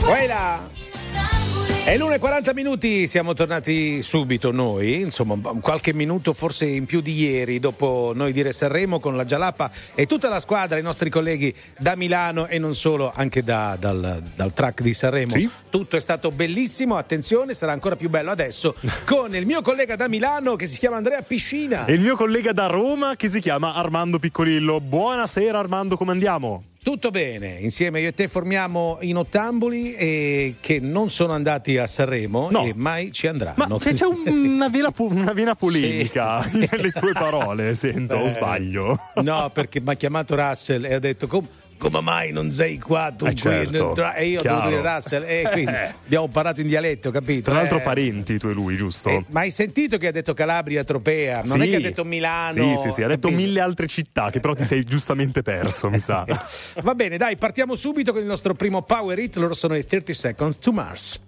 È l'1:40, siamo tornati subito noi, insomma qualche minuto forse in più di ieri, dopo Noi Dire Sanremo con la Jalapa e tutta la squadra, i nostri colleghi da Milano e non solo, anche dal track di Sanremo. Sì? Tutto è stato bellissimo, attenzione, sarà ancora più bello adesso con il mio collega da Milano che si chiama Andrea Piscina e il mio collega da Roma che si chiama Armando Piccolillo. Buonasera Armando, come andiamo? Tutto bene, insieme io e te formiamo i Nottambuli che non sono andati a Sanremo e mai ci andranno. Ma c'è una vena polemica nelle tue parole, sento, o sbaglio? No, perché mi ha chiamato Russell e ha detto come mai non sei qua tu? Certo, e io devo dire Russell quindi abbiamo parlato in dialetto, capito? Tra l'altro parenti tu e lui, giusto? Ma hai sentito che ha detto Calabria, Tropea? Non è che ha detto Milano? Sì, ha detto 1000 altre città che però ti sei giustamente perso, mi sa. Va bene, dai, partiamo subito con il nostro primo Power Hit. Loro sono i 30 Seconds to Mars.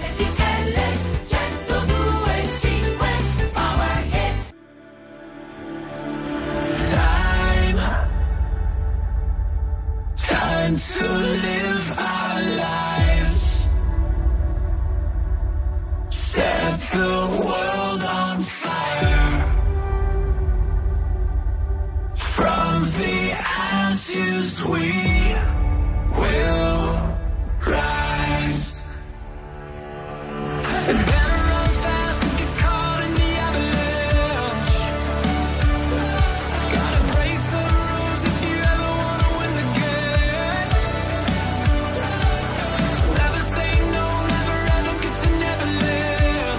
Time to live our lives, set the world on fire. From the ashes we will rise. And better run fast and get caught in the avalanche. Gotta break some rules if you ever wanna win the game. Never say no, never ever get to Neverland.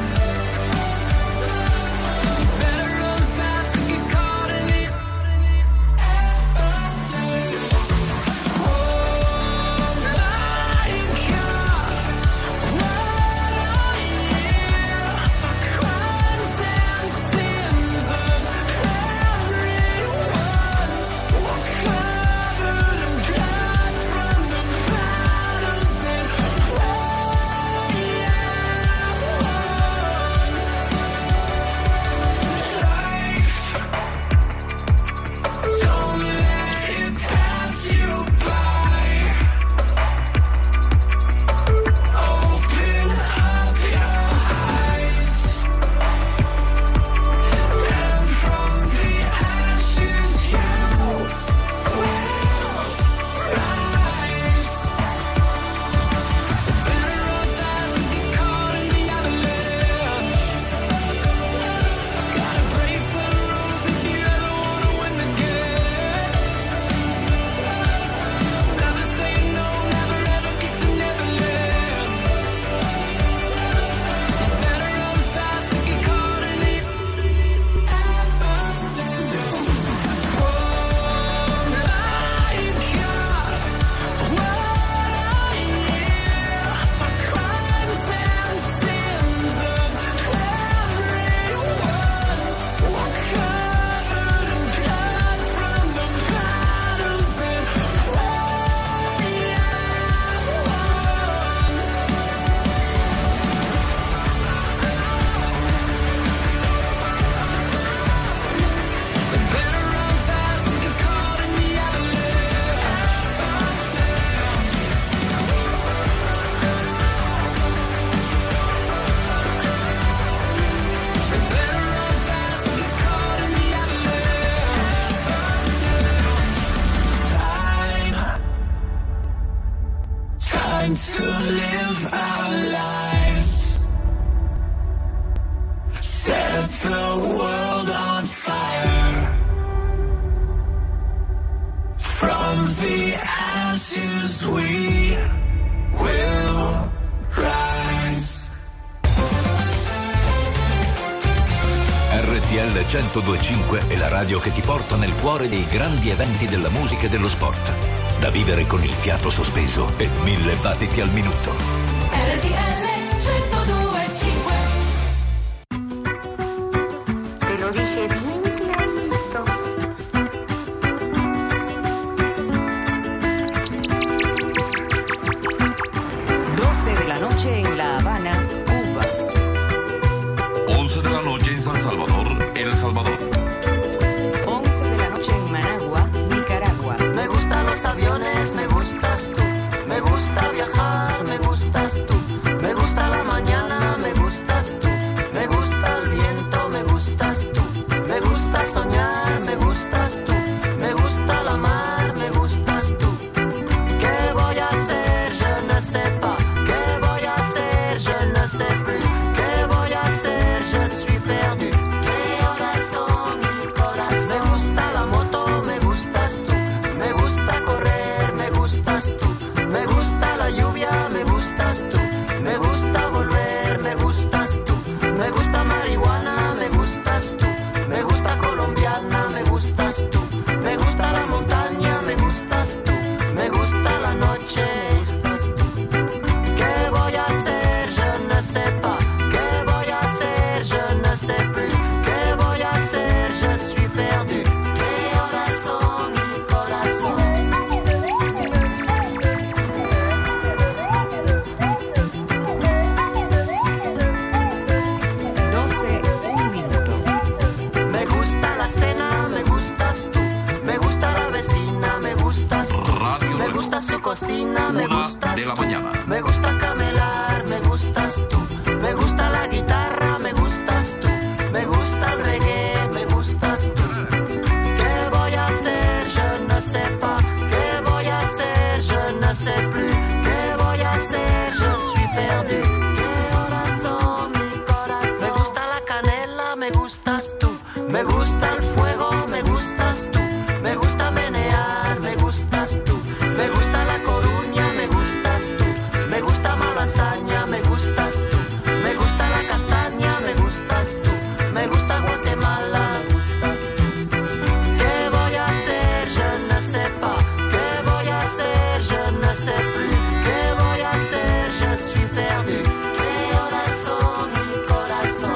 You better run fast and get caught in the time to live our lives, set the world on fire. From the ashes we will rise. RTL 102.5 è la radio che ti porta nel cuore dei grandi eventi della musica e dello sport. Da vivere con il fiato sospeso e 1000 battiti al minuto. RTL 102.5. Te lo dije bien clarito. De la noche en La Habana, Cuba. 11 de la noche en San Salvador, El Salvador. 11 de la noche en Managua, Nicaragua. Me gustan los aviones, me gustas tú. Me gusta viajar, me gusta cocina, me Una gustas de la tú. mañana. Me gusta camelar, me gustas tú. Me gusta la guitarra, me gustas tú. Me gusta el reggae, me gustas tú. ¿Qué voy a hacer? Je ne sais pas. ¿Qué voy a hacer? Je ne sais plus. ¿Qué voy a hacer? Je suis perdu. ¿Qué horas son, mi corazón? Me gusta la canela, me gustas tú. Me gusta el fuego, me gustas tú. Me gusta menear, me gustas tú. Me gusta La Coruña, me gustas tú. Me gusta Malasaña, me gustas tú. Me gusta la castaña, me gustas tú. Me gusta Guatemala, me gustas tú. ¿Qué voy a hacer? Je ne sais pas. ¿Qué voy a hacer? Je ne sais plus. ¿Qué voy a hacer? Je suis perdu. ¿Qué horas son, mi corazón?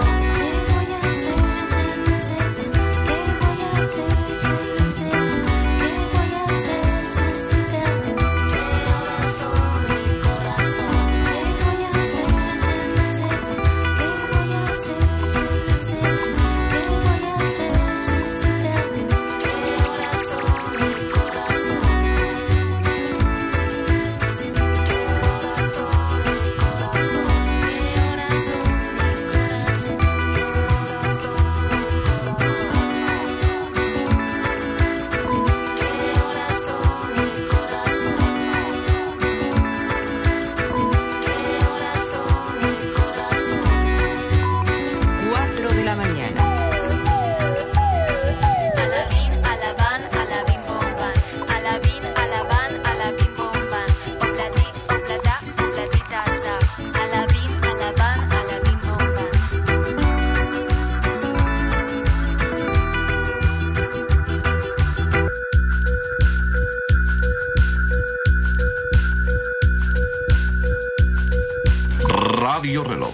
Radio Reloj.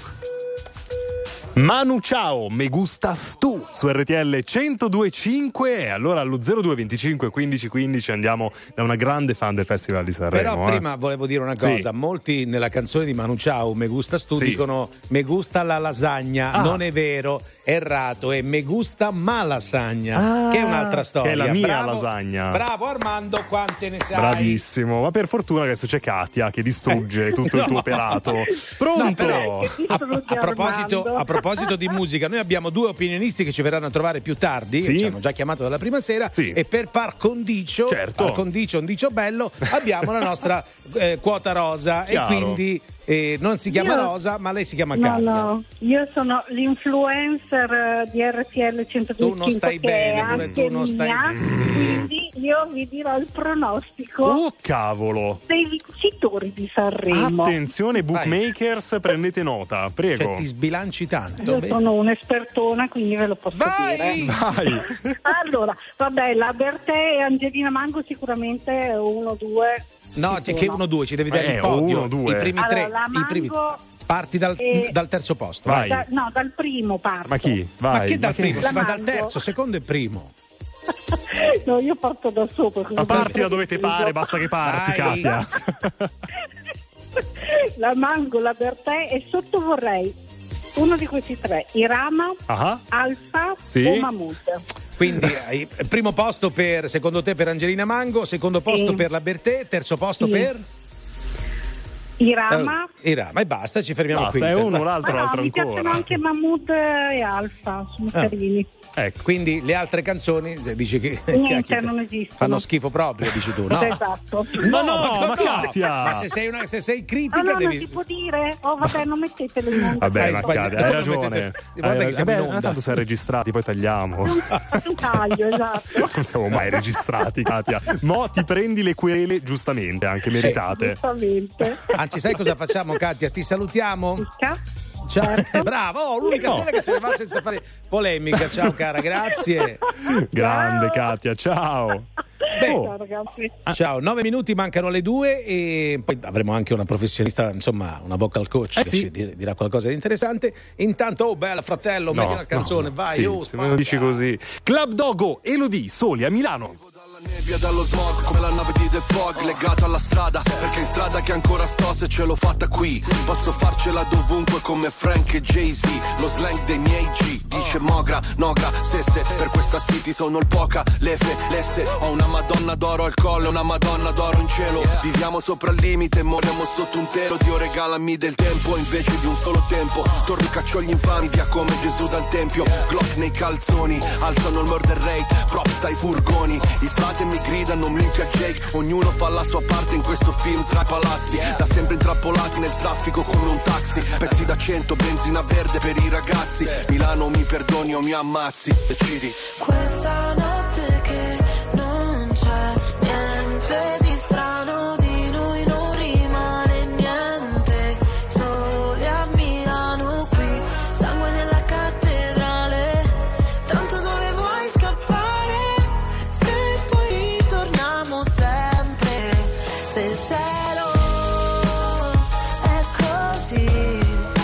Manu Ciao, me gustas tu su RTL 102.5 e allora allo 0225 15 15 andiamo da una grande fan del Festival di Sanremo. Però prima volevo dire una cosa, Sì. molti nella canzone di Manu Ciao, Me gustas tu, Sì. dicono Me gusta la lasagna, non è vero, è errato, è Me gusta ma lasagna, che è un'altra storia. Che è la mia Bravo, lasagna. Bravo Armando, quante ne sai? Bravissimo, ma per fortuna che adesso c'è Katia che distrugge tutto il tuo operato. Pronto? No, a proposito di musica, noi abbiamo due opinionisti che ci verranno a trovare più tardi, Sì. che ci hanno già chiamato dalla prima sera, Sì. e per par condicio, Certo. par condicio, un dicio bello, abbiamo la nostra quota rosa. Chiaro. E quindi non si chiama Rosa, ma lei si chiama No, Katia. no, io sono l'influencer di RTL 102.5 Tu non stai che bene, è pure anche tu non stai mia, quindi io vi dirò il pronostico Oh cavolo! dei vincitori di Sanremo. Attenzione bookmakers, prendete nota, prego. Cioè, ti sbilanci tanto. Io beh. sono un'espertona, quindi ve lo posso Vai! dire. Vai! Allora, vabbè, la Bertè e Angelina Mango sicuramente 1-2. No, c'è che 1-2, ci devi dare il uno, podio. due. I primi Allora, tre. la I primi... Mango Parti dal terzo posto. Vai. No, dal primo parto. Ma chi? Vai. Ma che dal primo? La Si va dal Mango. terzo, secondo e primo. No, io parto da sopra. Ma parti da dove te pare, basta che parti, Vai. Katia. La Mango, la Bertè e sotto vorrei uno di questi tre, Irama, Ah, Alfa Sì. o Mahmood. Quindi primo posto per, secondo te, per Angelina Mango, secondo posto Sì. per la Bertè, terzo posto Sì. per Irama. Irama. E basta, ci fermiamo basta, qui. è uno, Ma l'altro, no, l'altro mi piacciono ancora. anche Mahmood e Alfa, sono carini. Ecco. Quindi le altre canzoni dici che Niente, che non esistono. fanno schifo proprio, dici tu, no? Esatto. Ma no, ma Katia! Ma se sei critica Ah no, non devi si può dire? Oh vabbè, non mettetelo in onda. Vabbè, Hai ma sbagliato. Katia, hai Dopo ragione. mettete- guarda che siamo in onda. Tanto siamo registrati, poi tagliamo. Un taglio, esatto. Non siamo mai registrati, Katia. Mo ti prendi le querele giustamente, anche meritate. Giustamente. Anzi, sai cosa facciamo, Katia? Ti salutiamo. Ciao. Ciao. Bravo, l'unica sera che se ne va senza fare polemica. Ciao cara, grazie. Grande Katia, ciao. Ciao ragazzi. Ciao, 9 minuti, mancano le 2 e poi avremo anche una professionista, insomma, una vocal coach che sì. ci dirà qualcosa di interessante. Intanto, oh bella fratello, metti la canzone, vai, sì, oh, se me lo dici così. Club Dogo, Elodie, Soli a Milano. Nebbia dallo smog come la nave di The Fog legata alla strada, perché in strada che ancora sto, se ce l'ho fatta qui posso farcela dovunque come Frank e Jay-Z, lo slang dei miei G. dice Mogra, Nogra, Sesse. Per questa city sono il poca, l'Efe, l'Esse. Ho una Madonna d'oro al collo, una Madonna d'oro in cielo. Viviamo sopra il limite, moriamo sotto un telo. Dio regalami del tempo invece di un solo tempo. Torni caccio gli infami, via come Gesù dal tempio. Glock nei calzoni, alzano il murder rate. Props dai furgoni, i frate mi gridano minchia Jake. Ognuno fa la sua parte in questo film tra palazzi. Da sempre intrappolati nel traffico come un taxi. Pezzi da 100, benzina verde per i ragazzi. Milano mi perdoni o mi ammazzi, decidi. Questa notte che non c'è niente di strano, di noi non rimane niente. Soli a Milano qui, sangue nella cattedrale. Tanto dove vuoi scappare, se poi ritorniamo sempre. Se il cielo è così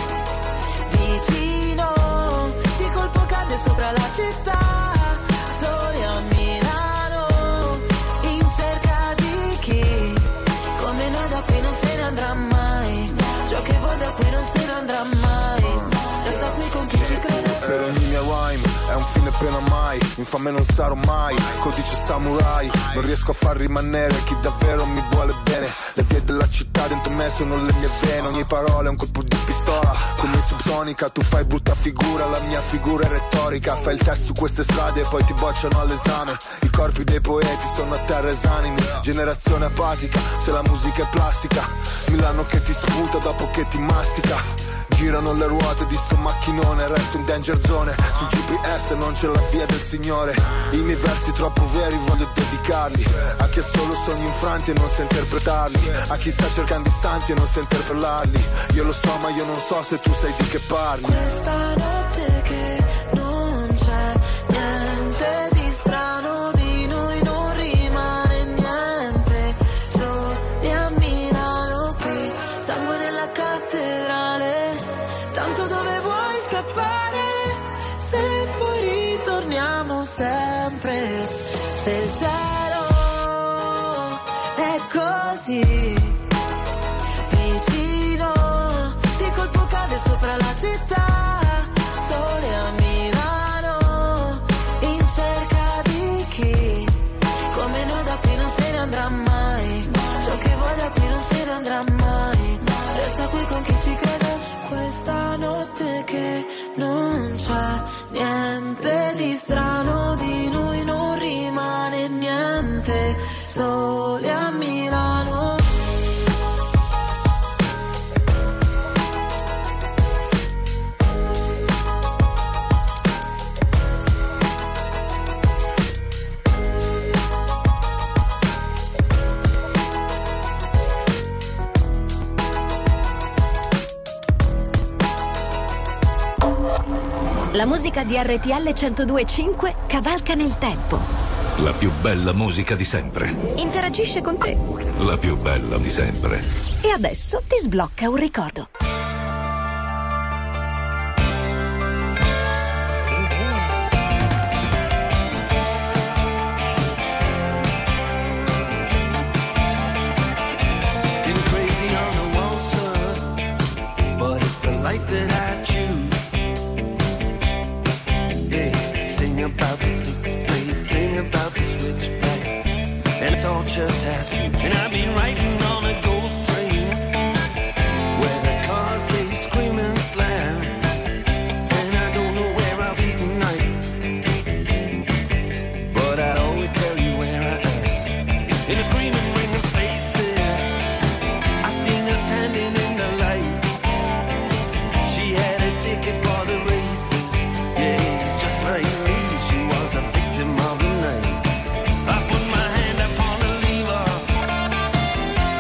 vicino, di colpo cade sopra la città. Soli a Milano, in cerca di chi come noi da qui non se ne andrà mai. Ciò che vuoi da qui non se ne andrà mai. Resta qui con chi ci crede. Per ogni mia rhyme è un fine pena mai. Infame non sarò mai, codice samurai. Non riesco a far rimanere chi davvero mi vuole bene. Le vie della città dentro me sono le mie vene. Ogni parola è un colpo di pistola, come in subsonica. Tu fai brutta figura, la mia figura è retorica. Fai il test su queste strade e poi ti bocciano all'esame. I corpi dei poeti sono a terra esanimi. Generazione apatica, se la musica è plastica. Milano che ti sputa dopo che ti mastica. Girano le ruote di sto macchinone, resto in danger zone. Su GPS non c'è la via del Signore. I miei versi troppo veri voglio dedicarli a chi ha solo sogni infranti e non sa interpretarli, a chi sta cercando i santi e non sa interpellarli. Io lo so ma io non so se tu sai di che parli. Questa notte che non c'è niente di strano, di noi non rimane niente. Soli a Milano qui, sangue nella cattedrale. Tanto dove vuoi scappare, se poi ritorniamo sempre. Se il cielo è così vicino, di colpo cade sopra la città. Sole a Milano, in cerca di chi come noi da qui non se ne andrà mai. Ciò che vuoi da qui non se ne andrà mai. Resta qui con chi ci crede. Questa notte che non c'è niente di strano, di noi non rimane niente. Soli a Milano. La musica di RTL 102.5 cavalca nel tempo. La più bella musica di sempre. Interagisce con te. La più bella di sempre. E adesso ti sblocca un ricordo. Been crazy on the waltzer, but it's the life that I choose. Yeah, sing about the six-blade, sing about the switchback, and a torture tattoo. And I've been riding on a ghost train, where the cars they scream and slam, and I don't know where I'll be tonight, but I always tell you where I am. In a screaming ring of faces, I seen her standing in the light. She had a ticket for the races, yeah, just like me, she was a victim of the night. I put my hand upon the lever,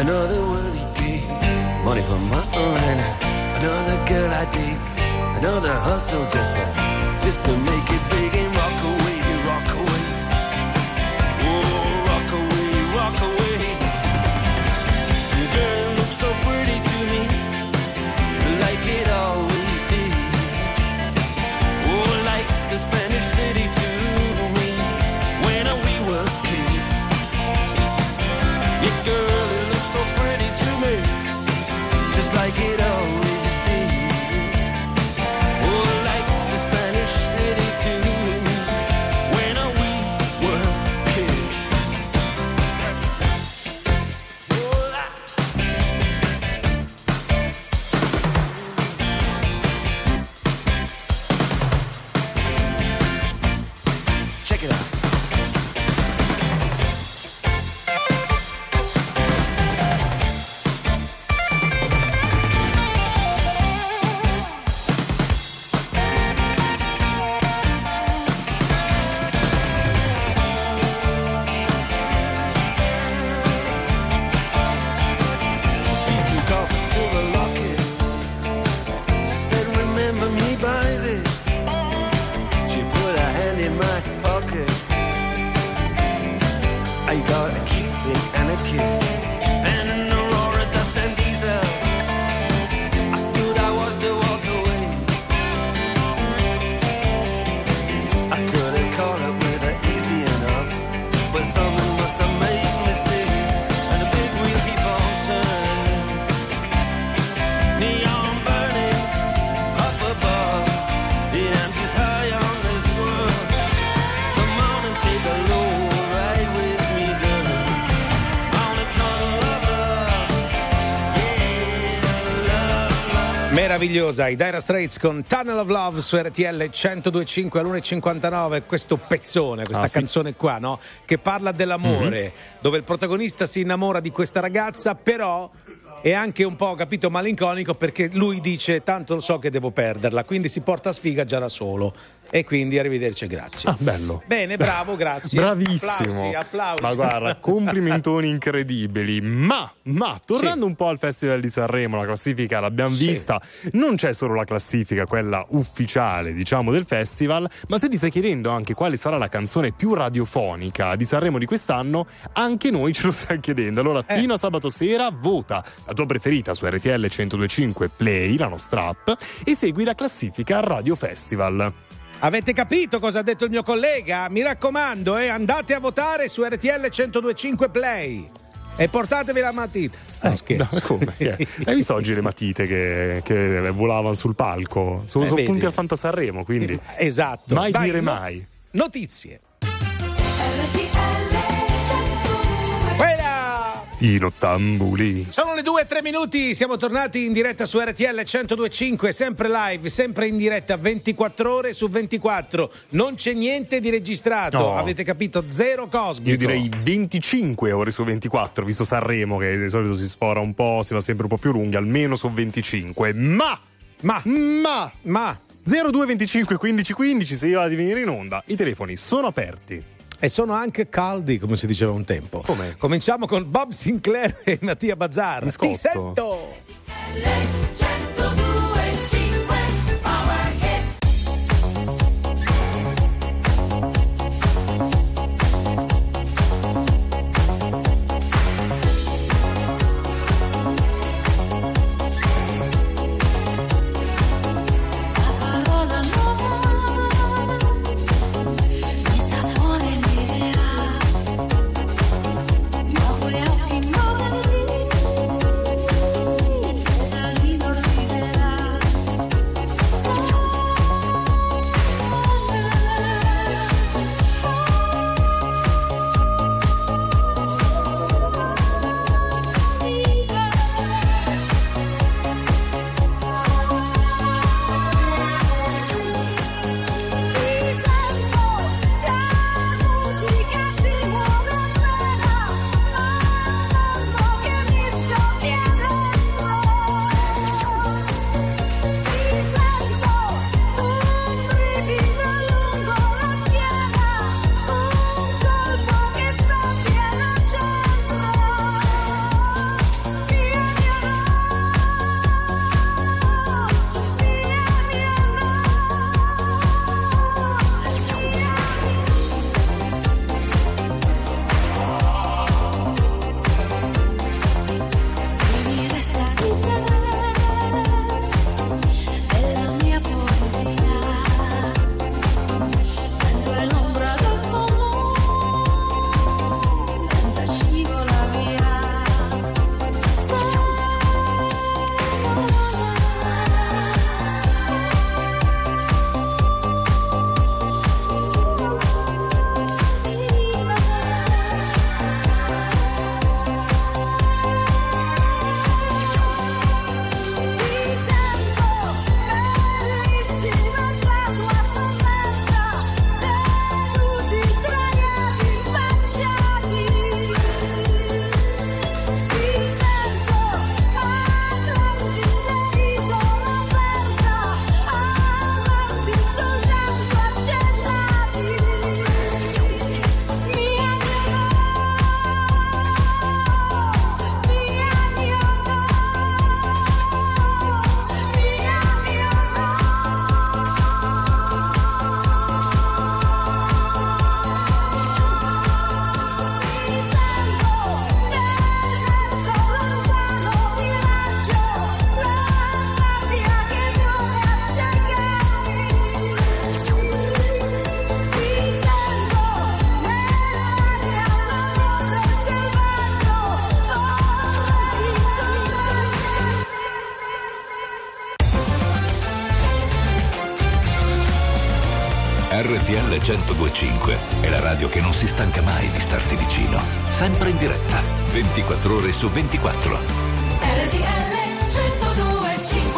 another worldly gig, money for muscle and another girl I dig, another hustle just to make it big and rock away, rock away. Oh, rock away, rock away. The girl looks so pretty to me, like it always did. Oh, like the Spanish city to me, when we were kids. Yeah, girl, it looks so pretty to me, just like it always did. Oh, like the Spanish city to me, when we were kids. Check it out. She took off a silver locket. She said, remember me by this. She put her hand in my pocket. I got a keepsake and a kiss. And an Aurora Dust and Diesel. I stood, I watched her walk away. I couldn't call her with her easy enough, but something must have made me stay. And the big wheel keep on turning, neon burning up above. It empties high on this world. Come on and take a low ride with me, girl. On a tunnel of love. Yeah, love. Meravigliosa, i Dire Straits con Tunnel of Love su RTL 102.5 all'1.59. Questo pezzone, questa canzone qua, no? Che parla dell'amore, dove il protagonista si innamora di questa ragazza, però è anche un po', capito, malinconico, perché lui dice tanto lo so che devo perderla, quindi si porta a sfiga già da solo. E quindi arrivederci e grazie. Ah, bello. Bene, bravo, grazie. Bravissimo. Applausi. Ma guarda, complimentoni incredibili. Ma tornando un po' al Festival di Sanremo, la classifica l'abbiamo vista. Non c'è solo la classifica, quella ufficiale, diciamo, del festival, ma se ti stai chiedendo anche quale sarà la canzone più radiofonica di Sanremo di quest'anno, anche noi ce lo stiamo chiedendo. Allora, fino a sabato sera, vota la tua preferita su RTL 102.5 Play, la nostra app, e segui la classifica Radio Festival. Avete capito cosa ha detto il mio collega? Mi raccomando, andate a votare su RTL 102.5 Play e portatevi la matita. No, scherzo. No, come? Hai visto oggi le matite che volavano sul palco? Sono punti al Fanta Sanremo, quindi esatto. Mai dire mai. Notizie. I nottambuli. Sono le 2:03, siamo tornati in diretta su RTL 102.5, sempre live, sempre in diretta 24 ore su 24. Non c'è niente di registrato, no. Avete capito? Zero cosmico. Io direi 25 ore su 24, visto Sanremo che di solito si sfora un po', si va sempre un po' più lunghi, almeno su 25. Ma 0225 15 15, se io vado di venire in onda, i telefoni sono aperti. E sono anche caldi, come si diceva un tempo. Come? Cominciamo con Bob Sinclair e Mattia Bazzar. Biscotto. Ti sento! No voy a RTL 102.5 è la radio che non si stanca mai di starti vicino. Sempre in diretta, 24 ore su 24. RTL 102.5.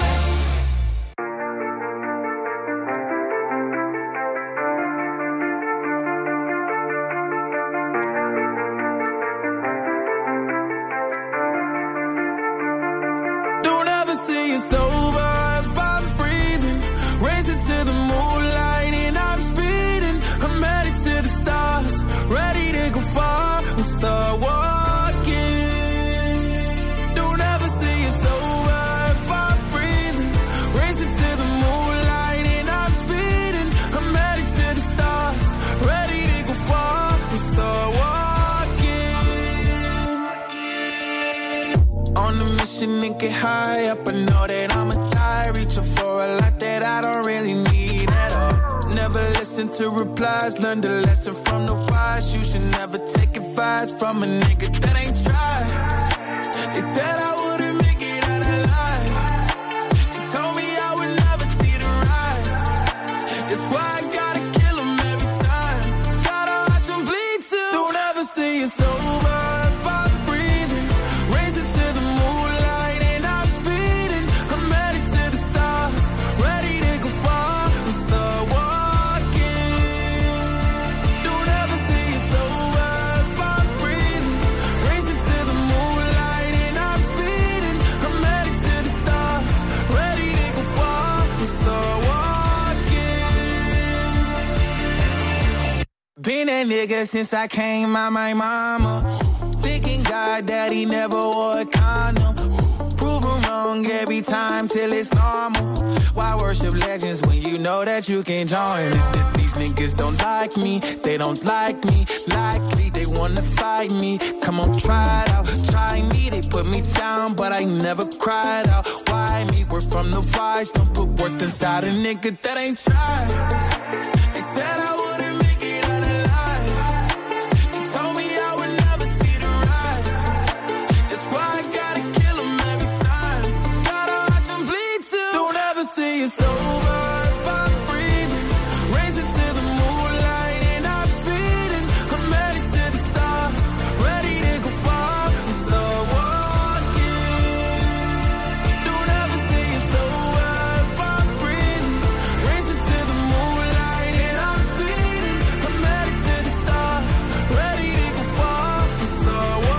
Start walking. Don't ever say it's over if I'm breathing. Racing to the moonlight and I'm speeding. I'm headed to the stars, ready to go far. We'll start walking. On a mission and get high up. I know that I'ma die, reaching for a lot that I don't really need at all. Never listen to replies, learn the lesson from the wise. You should never take advice from a nigga that ain't tried. They said I wouldn't make it out alive. They told me I would never see the rise. That's why I gotta kill them every time. Gotta watch them bleed too. Don't ever say it's over if I'm breathing. Racing to the moonlight and I'm speeding. I'm headed to the stars, ready to go far. We'll start walking. Been that nigga since I came out my mama. Thinking God that he never wore a condom. Prove him wrong every time till it's normal. Why worship legends when you know that you can join them? These niggas don't like me, they don't like me. Likely they wanna fight me. Come on, try it out, try me. They put me down, but I never cried out. Why me? We're from the wise. Don't put worth inside a nigga that ain't tried. They said I wouldn't make it out alive. They told me I would never see the rise. That's why I gotta kill them every time. Gotta watch them bleed too. Don't ever say it's over if I'm breathing. Racing to the moonlight and I'm speeding. I'm headed to the stars, ready to go far and start walking. Don't ever say it's over if I'm breathing. Racing to the moonlight and I'm speeding. I'm headed to the stars, ready to go far and start walking.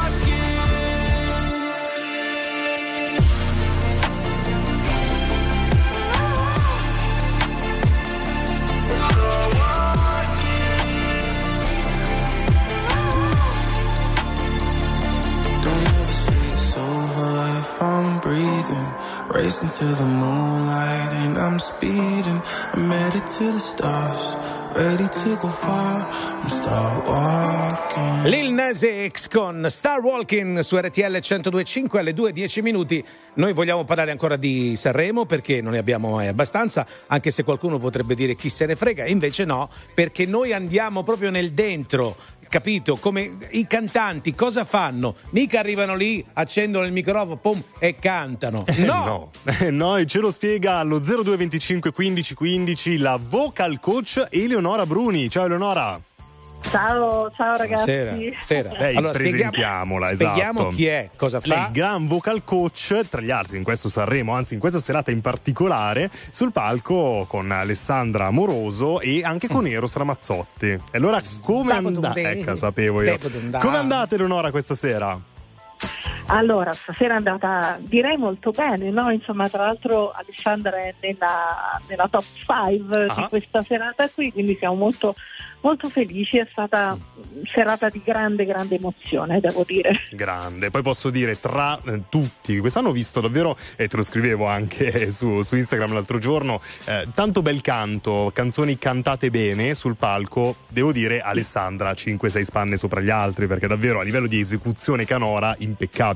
Don't ever say it's over if I'm breathing. Racing to the moonlight and I'm speeding. I'm headed to the stars, ready to go far. I'm start walking. Lil Nas X con Star Walking su RTL 102.5 alle 2:10 minuti. Noi vogliamo parlare ancora di Sanremo perché non ne abbiamo mai abbastanza, anche se qualcuno potrebbe dire chi se ne frega, invece no, perché noi andiamo proprio nel dentro. Capito? Come i cantanti cosa fanno? Mica arrivano lì, accendono il microfono, pum, e cantano. No! No, e ce lo spiega allo 0225 15 15 la vocal coach Eleonora Bruni. Ciao Eleonora. Ciao ragazzi. Sera. Beh, allora, presentiamola, spieghiamo esatto. Chi è, cosa fa. Lei è gran vocal coach, tra gli altri in questo Sanremo, anzi in questa serata in particolare, sul palco con Alessandra Amoroso e anche con Eros Ramazzotti. E allora come andate? Ecco, sapevo io. Come andate Eleonora questa sera? Allora, stasera è andata, direi, molto bene, no? Insomma, tra l'altro Alessandra è nella top 5 di questa serata qui, quindi siamo molto, molto felici. È stata serata di grande emozione, devo dire. Grande. Poi posso dire, tra tutti, quest'anno ho visto davvero, e te lo scrivevo anche su Instagram l'altro giorno, tanto bel canto, canzoni cantate bene sul palco. Devo dire, Alessandra 5-6 spanne sopra gli altri, perché davvero a livello di esecuzione canora impeccabile.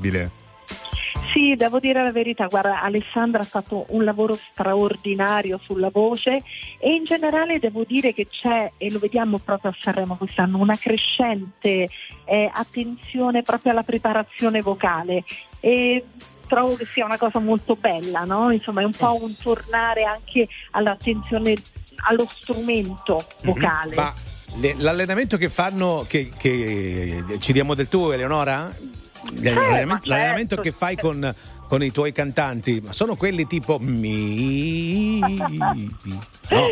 Sì, devo dire la verità, guarda, Alessandra ha fatto un lavoro straordinario sulla voce e in generale devo dire che c'è, e lo vediamo proprio a Sanremo quest'anno, una crescente attenzione proprio alla preparazione vocale, e trovo che sia una cosa molto bella, no? Insomma, è un po' un tornare anche all'attenzione allo strumento vocale. Ma l'allenamento che fanno, che ci diamo del tuo, Eleonora? L'allenamento che fai con i tuoi cantanti, ma sono quelli tipo mi, no,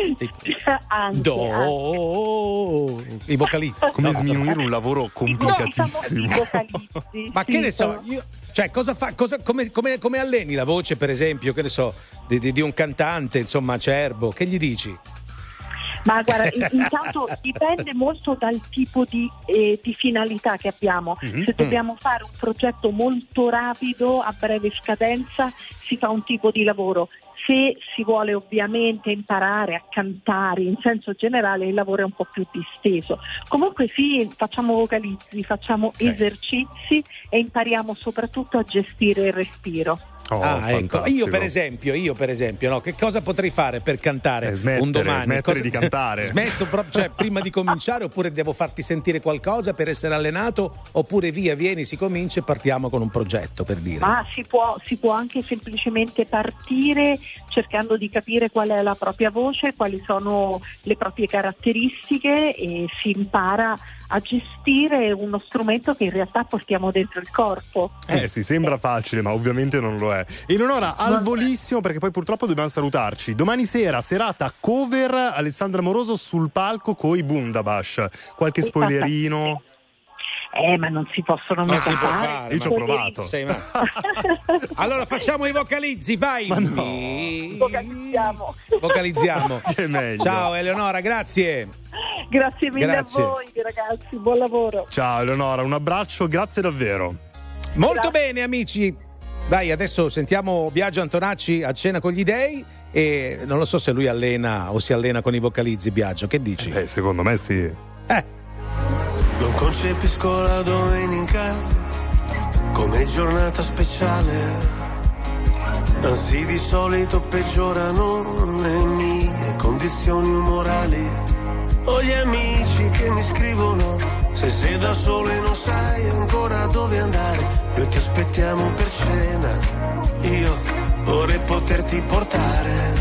do, i vocalizzi. Come sminuire un lavoro complicatissimo. Ma che ne so, cioè cosa fa, come alleni la voce, per esempio, che ne so, di un cantante, insomma, acerbo, che gli dici? Ma guarda, intanto dipende molto dal tipo di finalità che abbiamo. Se dobbiamo fare un progetto molto rapido, a breve scadenza, si fa un tipo di lavoro. Se si vuole ovviamente imparare a cantare in senso generale, il lavoro è un po' più disteso. Comunque sì, facciamo vocalizzi, facciamo esercizi e impariamo soprattutto a gestire il respiro. Ecco. Io per esempio, no, che cosa potrei fare per cantare un domani? Smettere di cantare. Smetto proprio, cioè, prima di cominciare, oppure devo farti sentire qualcosa per essere allenato, oppure vieni, si comincia e partiamo con un progetto, per dire. Ma si può anche semplicemente partire cercando di capire qual è la propria voce, quali sono le proprie caratteristiche, e si impara a gestire uno strumento che in realtà portiamo dentro il corpo. Sì, sembra facile, ma ovviamente non lo è. Eleonora, al volissimo, perché poi purtroppo dobbiamo salutarci. Domani sera, serata cover, Alessandra Moroso sul palco coi Bundabash. Qualche spoilerino? Ma non si possono mica fare. Io ci ho provato. Allora facciamo i vocalizzi, vai. Ma no. Vocalizziamo. Che è meglio. Ciao Eleonora, grazie. Grazie mille a voi ragazzi, buon lavoro. Ciao Eleonora, un abbraccio, grazie davvero. Molto bene amici. Dai, adesso sentiamo Biagio Antonacci a Cena con gli dei, e non lo so se lui allena o si allena con i vocalizzi. Biagio, che dici? Secondo me sì. Non concepisco la domenica come giornata speciale, anzi di solito peggiorano le mie condizioni umorali. Ho gli amici che mi scrivono: se sei da solo e non sai ancora dove andare, noi ti aspettiamo per cena, io vorrei poterti portare.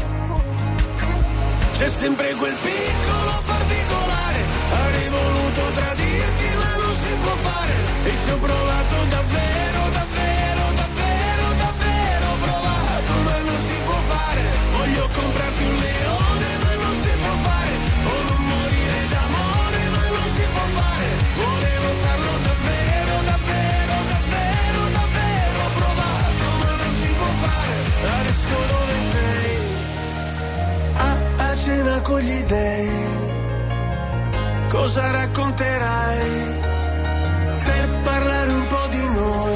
C'è sempre quel piccolo particolare, avrei voluto tradirti ma non si può fare, e ci ho provato davvero, davvero, davvero, davvero provato, ma non si può fare. Voglio comprarti un leone ma non si può fare, o non morire d'amore ma non si può fare. Volevo farlo davvero, davvero, davvero, davvero provato, ma non si può fare. Adesso dove sei? A cena con gli dei, cosa racconterai per parlare un po' di noi?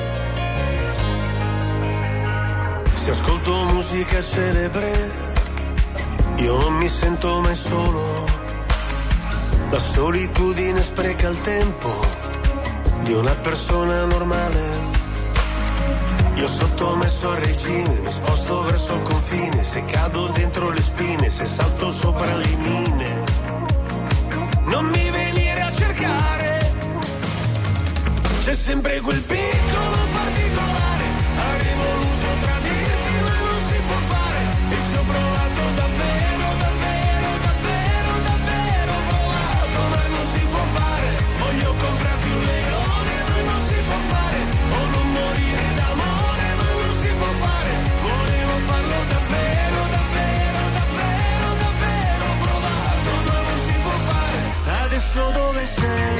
Se ascolto musica celebre, io non mi sento mai solo. La solitudine spreca il tempo di una persona normale. Io sottomesso al regime, mi sposto verso il confine, se cado dentro le spine, se salto sopra le mine. Non mi venire a cercare, c'è sempre quel piccolo particolare, avrei voluto tradirti ma non si può fare, e ci ho provato davvero, davvero, davvero, davvero provato, ma non si può fare. Voglio comprarti un leone ma non si può fare, o non morire d'amore ma non si può fare. Volevo farlo davvero, davvero, davvero, davvero provato, ma non si può fare. Adesso dove sei?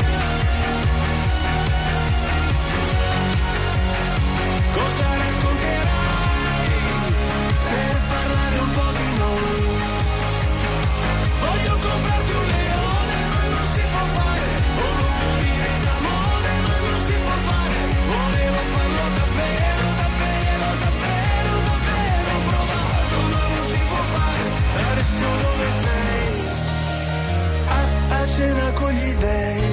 Cosa racconterai per parlare un po' di noi? Voglio comprarti un leone ma non si può fare, o non morire d'amore ma non si può fare. Volevo farlo davvero, davvero, davvero, davvero provato, ma non si può fare. Adesso dove sei? A cena con gli dei,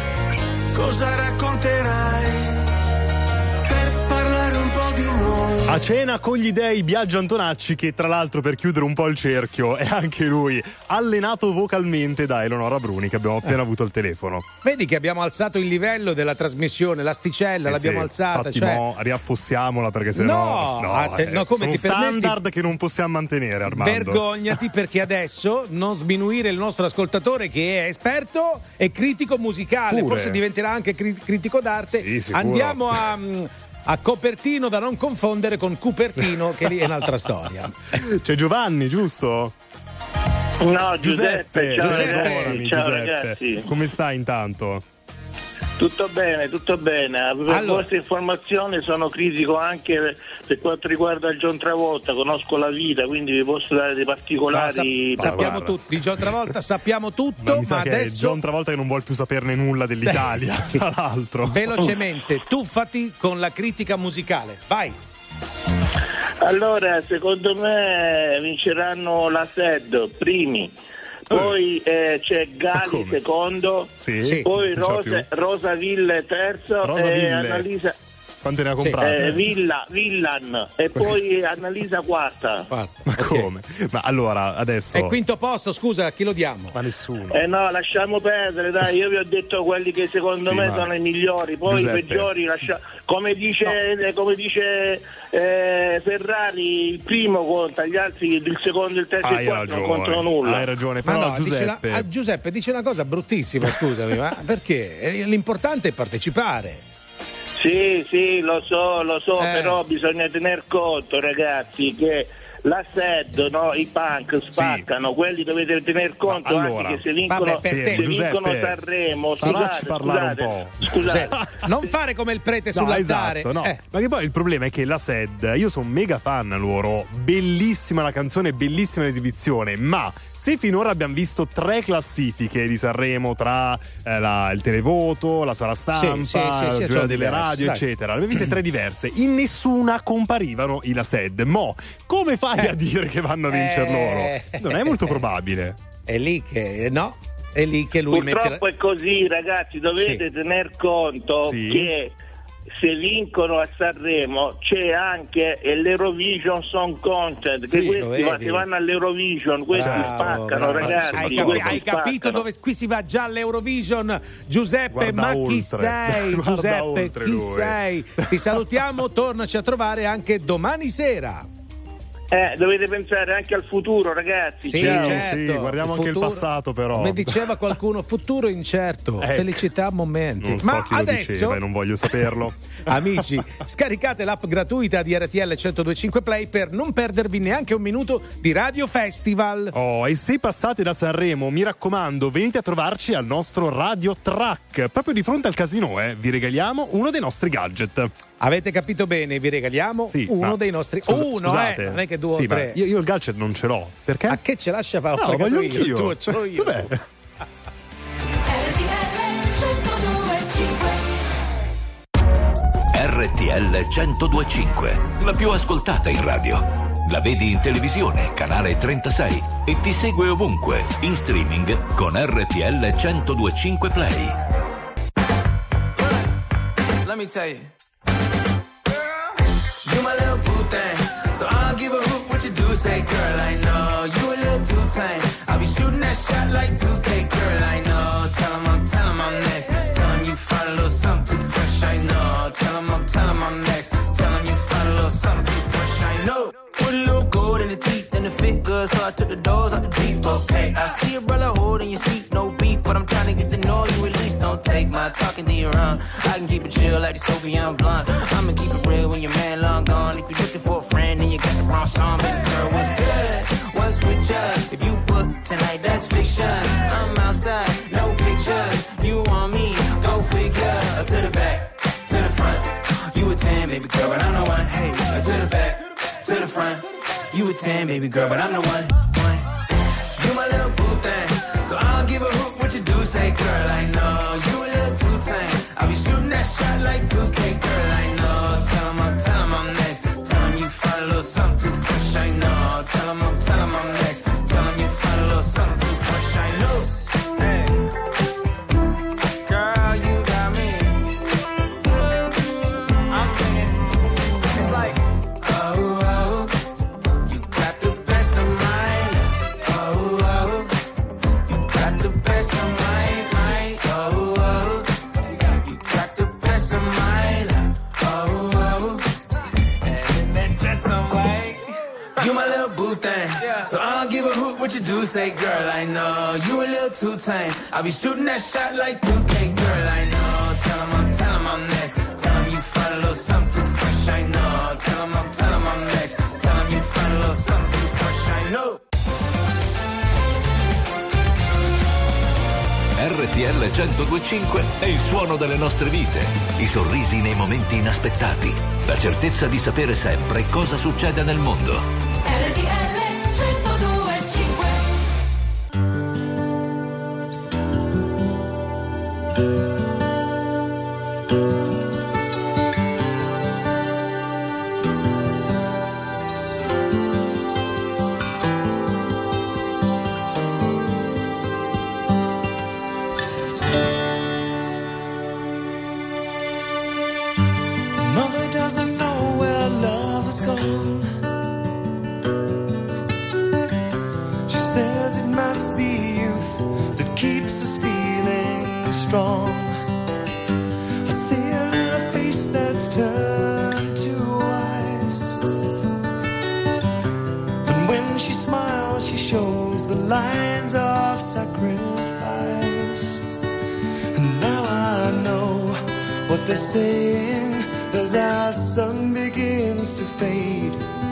cosa racconterai per parlare un po' di noi? A cena con gli dei Biagio Antonacci, che tra l'altro, per chiudere un po' il cerchio, è anche lui allenato vocalmente da Eleonora Bruni, che abbiamo appena avuto al telefono. Vedi che abbiamo alzato il livello della trasmissione, l'asticella l'abbiamo alzata. Infatti mo riaffossiamola, perché sennò come sono ti standard che non possiamo mantenere, Armando. Vergognati, perché adesso non sminuire il nostro ascoltatore, che è esperto e critico musicale. Pure. Forse diventerà anche critico d'arte. Sì, sicuro. Andiamo a Copertino, da non confondere con Cupertino, che lì è un'altra storia. C'è Giovanni, giusto? No, Giuseppe. Ciao, Giuseppe. ragazzi. Come stai intanto? Tutto bene. Per queste informazioni sono critico anche per quanto riguarda il John Travolta, conosco la vita, quindi vi posso dare dei particolari. Sappiamo tutti, John Travolta sappiamo tutto, ma adesso John Travolta che non vuol più saperne nulla dell'Italia, tra l'altro. Velocemente, tuffati con la critica musicale, vai! Allora, secondo me vinceranno la SED, primi. Poi c'è Gali secondo, sì, poi Rosaville terzo e Annalisa. Quante ne ha comprate? Villan e poi Annalisa quarta. Ma come? Ma allora adesso è quinto posto, scusa, a chi lo diamo? Ma nessuno. No, lasciamo perdere, dai, io vi ho detto quelli che secondo me sono i migliori, poi Giuseppe, i peggiori come dice Ferrari, il primo conta, gli altri il secondo, il terzo e il quarto non contano nulla. Hai ragione, ma però no, Giuseppe... Giuseppe dice una cosa bruttissima, scusami, ma perché? L'importante è partecipare. Sì, lo so, però bisogna tener conto, ragazzi, che la SED, i punk spaccano, quelli dovete tener conto anche che se vincono, Sanremo, scusate. Non fare come il prete sull'altare. Esatto, ma che poi il problema è che la SED, io sono mega fan loro, bellissima la canzone, bellissima l'esibizione, ma se finora abbiamo visto 3 classifiche di Sanremo tra il televoto, la sala stampa, il giorno delle radio, eccetera, ne abbiamo viste 3 diverse, in nessuna comparivano i La SED. Mo come fai a dire che vanno a vincere loro? Non è molto probabile. È lì che lui purtroppo è così, ragazzi, dovete tener conto che se vincono a Sanremo c'è anche l'Eurovision Song Contest, che questi vanno all'Eurovision, questi spaccano, ragazzi. Hai capito dove qui si va già all'Eurovision, Giuseppe? Guarda chi oltre. sei, Giuseppe? Chi sei? Ti salutiamo, tornaci a trovare anche domani sera. Dovete pensare anche al futuro, ragazzi. Sì, certo. Sì, guardiamo anche il passato, però. Come diceva qualcuno, futuro incerto, felicità a momenti. Non so chi adesso lo diceva e non voglio saperlo. Amici, scaricate l'app gratuita di RTL 102.5 Play per non perdervi neanche un minuto di Radio Festival. E se passate da Sanremo, mi raccomando, venite a trovarci al nostro Radio Track, proprio di fronte al casino, vi regaliamo uno dei nostri gadget. Avete capito bene, vi regaliamo uno dei nostri. Scusate, non è che 2 o 3. Io il gadget non ce l'ho. Perché? A che ce lascia fare? No, voglio anch'io. Tu ce l'ho io. Dov'è? RTL 102.5, la più ascoltata in radio. La vedi in televisione, canale 36, e ti segue ovunque, in streaming con RTL 102.5 Play. Let me tell you. You my little boo thing, so I'll give a hoot what you do. Say, girl, I know you a little too tame. I'll be shooting that shot like 2K, girl, I know. Tell him I'm next. Tell him you find a little something too fresh, I know. Tell him I'm next. Tell him you find a little something too fresh, I know. Put a little gold in the teeth and the fit good, so I took the doors out the Jeep. Okay, I see a brother holding your seat, no beef, but I'm trying to get to know you at least. Don't take my talking to your own. I can keep it chill like the Soviet blunt. I'ma keep it real when your man long gone. If you're looking for a friend and you got the wrong song, baby girl, what's good? What's with you? If you book tonight, that's fiction. I'm outside, no pictures. You want me? Go figure. To the back, to the front. You a 10, baby girl, but I'm the one. Hey, to the back, to the front. You a 10, baby girl, but I'm the one. You my little boo thing, so I'll give a hoot what you do. Say, girl, I know you a little too tame. I'll be shooting that shot like 2K, girl, I know. Tell him I'm next. Tell him you find a little something too fresh, I know. Tell him I'm next. Tell him you find a little something too fresh, I know. Hey, girl, you got me. I'm singing. It's like, oh, what you do, say, girl, I know you a little too tame. I'll be shooting that shot like 2K, girl, I know. Tell him I'm next. Tell him you find a little something too fresh, I know. Tell him I'm next. Tell him you find a little something too fresh, I know. RTL 102.5 è il suono delle nostre vite, i sorrisi nei momenti inaspettati, la certezza di sapere sempre cosa succede nel mondo. RTL 102.5. She says it must be youth that keeps us feeling strong. I see her in a face that's turned to ice, and when she smiles she shows the lines of sacrifice. And now I know what they're saying as our sun begins to fade,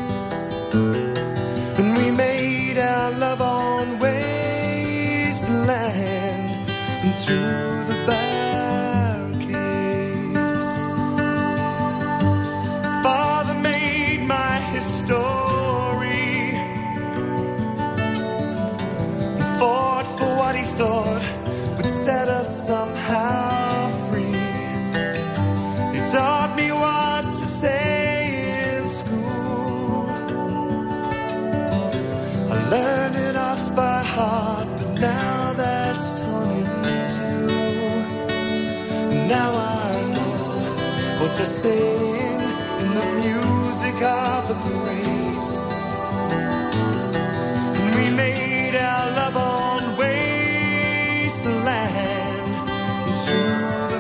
and we made our love on wasteland and through the barricades. Father made my history and fought for what he thought would set us somehow free. He taught me what to say in school. I learned it off by heart, but now that's torn in two. Now I know what they're saying in the music of the parade. And we made our love on wasteland and through the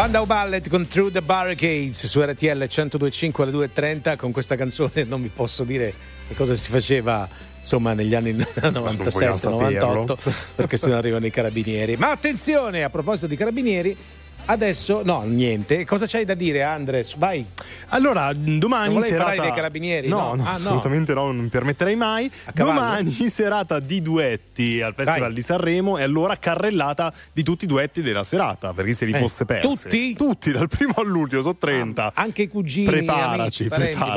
Spandau Ballet con Through the Barricades su RTL 102.5 alle 2.30. Con questa canzone non vi posso dire che cosa si faceva insomma negli anni 97-98 perché se ne arrivano i carabinieri. Ma attenzione, a proposito di carabinieri, adesso no, niente. Cosa c'hai da dire, Andres? Vai. Allora, domani serata parlare dei carabinieri? No, assolutamente no, non mi permetterei mai. Domani serata di duetti al Festival di Sanremo, e allora carrellata di tutti i duetti della serata, perché se li fosse persi. Tutti dal primo all'ultimo, sono 30. Anche i cugini, preparati.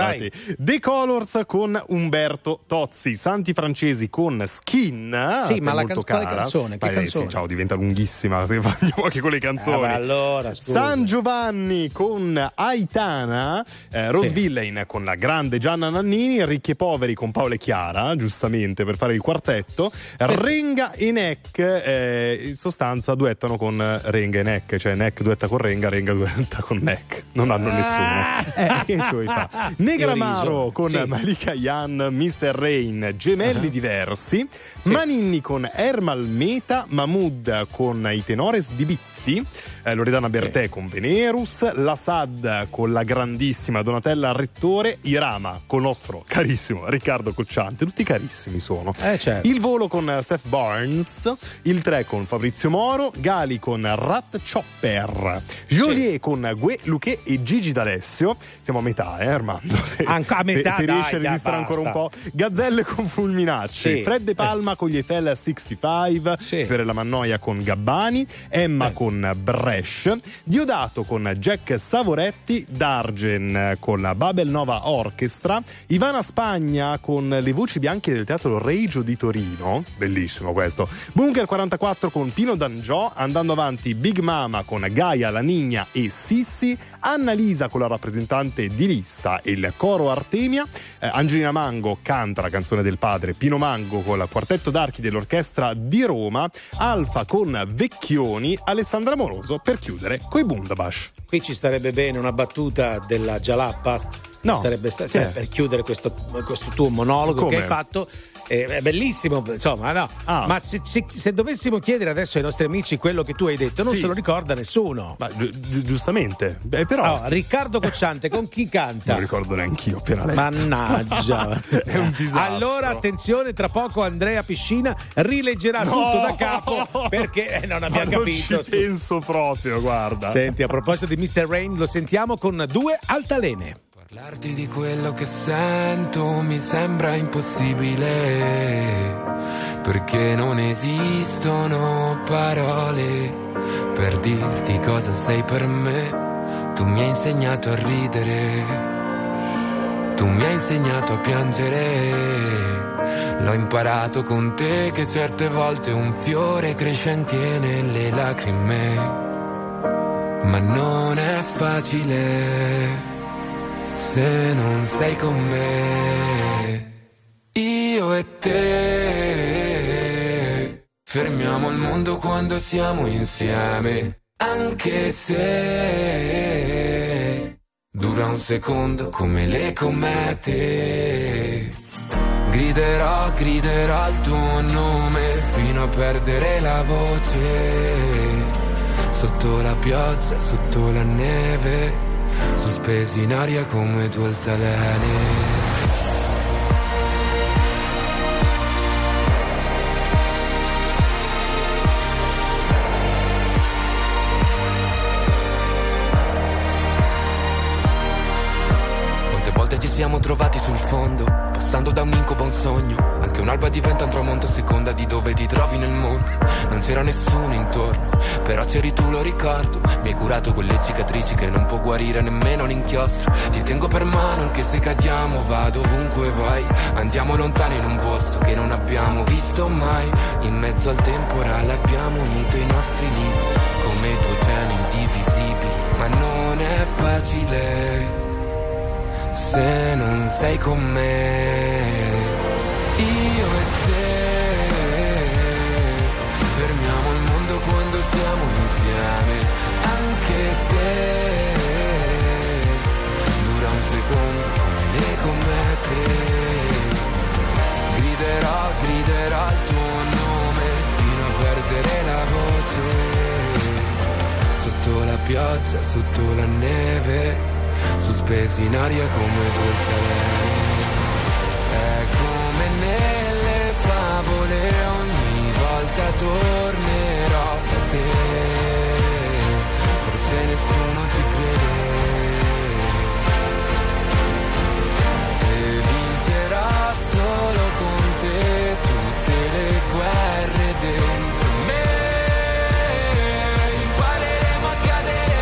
The Colors con Umberto Tozzi, Santi Francesi con Skin. Sì, ma quale canzone? Che canzone? Sì, ciao, diventa lunghissima se andiamo anche con le canzoni. San Giovanni con Aitana, Rose Villain con la grande Gianna Nannini, Ricchi e Poveri con Paola e Chiara, giustamente per fare il quartetto, Renga e Neck in sostanza duettano con Renga e Neck, cioè Neck duetta con Renga duetta con Neck, non hanno nessuno. Che ci vuoi fa? Negramaro con Malika Yan, Mr. Rain, Gemelli diversi, Maninni con Ermal Meta, Mahmood con i Tenores di Bitti, Loredana Bertè con Venerus, la Sad con la grandissima Donatella Rettore, Irama con il nostro carissimo Riccardo Cocciante, tutti carissimi sono. Certo. Il Volo con Steph Barnes, il 3 con Fabrizio Moro, Gali con Rat Chopper, Joliet con Gue Luché e Gigi D'Alessio. Siamo a metà, Armando? A metà, se riesce a resistere ancora un po'. Gazzelle con Fulminacci, Fred De Palma con gli Eiffel 65, Fiorella Mannoia con Gabbani, Emma con Brescia, Diodato con Jack Savoretti, Dargen con la Babel Nova Orchestra, Ivana Spagna con le voci bianche del Teatro Regio di Torino, bellissimo questo, Bunker 44 con Pino D'Angiò, andando avanti Big Mama con Gaia, La Nigna e Sissi, Annalisa con la rappresentante di lista e il coro Artemia, Angelina Mango canta la canzone del padre, Pino Mango con il quartetto d'archi dell'orchestra di Roma, Alfa con Vecchioni, Alessandra Moroso per chiudere coi Bundabash. Qui ci starebbe bene una battuta della Jalappa, sarebbe per chiudere questo tuo monologo che hai fatto. È bellissimo, insomma, no. Ma se dovessimo chiedere adesso ai nostri amici quello che tu hai detto, non se lo ricorda nessuno. Ma giustamente. Però Riccardo Cocciante con chi canta? Non ricordo neanche io, appena letto. Mannaggia. È un disastro. Allora attenzione, tra poco Andrea Piscina rileggerà tutto da capo perché non abbiamo capito. Non ci penso proprio, guarda. Senti, a proposito di Mr. Rain, lo sentiamo con 2 altalene. Parlarti di quello che sento mi sembra impossibile, perché non esistono parole per dirti cosa sei per me. Tu mi hai insegnato a ridere, tu mi hai insegnato a piangere. L'ho imparato con te che certe volte un fiore cresce anche nelle lacrime, ma non è facile se non sei con me. Io e te fermiamo il mondo quando siamo insieme, anche se dura un secondo come le comete. Griderò il tuo nome fino a perdere la voce, sotto la pioggia, sotto la neve, sospesi in aria come 2 altalene. Quante volte ci siamo trovati sul fondo, passando da un incubo a un sogno. Anche un'alba diventa un tramonto a seconda di dove ti trovi nel mondo. Non c'era nessuno intorno, però c'eri tu, lo ricordo. Mi hai curato quelle cicatrici che non può guarire nemmeno l'inchiostro. Ti tengo per mano anche se cadiamo, vado ovunque vai. Andiamo lontani in un posto che non abbiamo visto mai. In mezzo al temporale abbiamo unito i nostri libri come 2 geni indivisibili. Ma non è facile se non sei con me. Io e te fermiamo il mondo quando siamo insieme, anche se dura un secondo come le comete. Griderò il tuo nome fino a perdere la voce, sotto la pioggia, sotto la neve, sospesi in aria come due altalene. È come nelle favole, ogni volta tornerò da te, forse nessuno ti crede, e vincerò solo con te tutte le guerre dentro me, impareremo a cadere,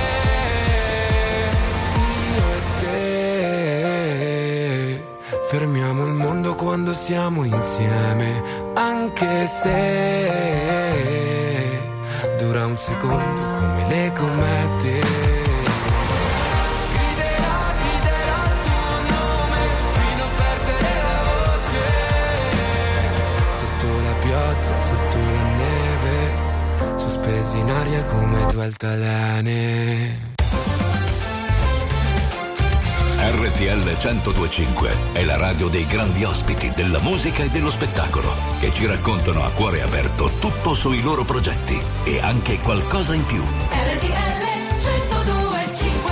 io e te, fermiamo il mondo quando siamo insieme, anche se dura un secondo come le comete. Griderò il tuo nome fino a perdere la voce, sotto la pioggia, sotto la neve, sospesi in aria come due altalene. RTL 102.5 è la radio dei grandi ospiti della musica e dello spettacolo, che ci raccontano a cuore aperto tutto sui loro progetti e anche qualcosa in più. RTL 102.5.